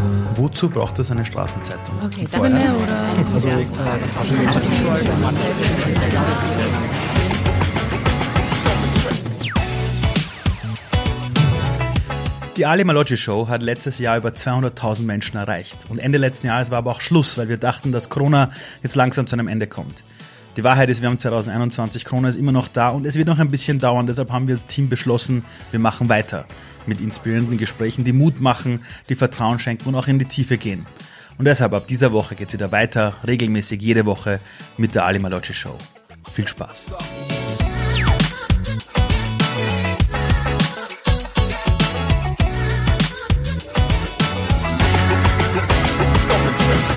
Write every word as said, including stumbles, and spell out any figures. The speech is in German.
Wozu braucht es eine Straßenzeitung? Okay, Dabene oder? Also, äh, Die Ali Malocci Show hat letztes Jahr über zweihunderttausend Menschen erreicht. Und Ende letzten Jahres war aber auch Schluss, weil wir dachten, dass Corona jetzt langsam zu einem Ende kommt. Die Wahrheit ist, wir haben zwanzig einundzwanzig, Corona ist immer noch da und es wird noch ein bisschen dauern. Deshalb haben wir als Team beschlossen, wir machen weiter mit inspirierenden Gesprächen, die Mut machen, die Vertrauen schenken und auch in die Tiefe gehen. Und deshalb ab dieser Woche geht es wieder weiter, regelmäßig jede Woche mit der Ali Malocci Show. Viel Spaß.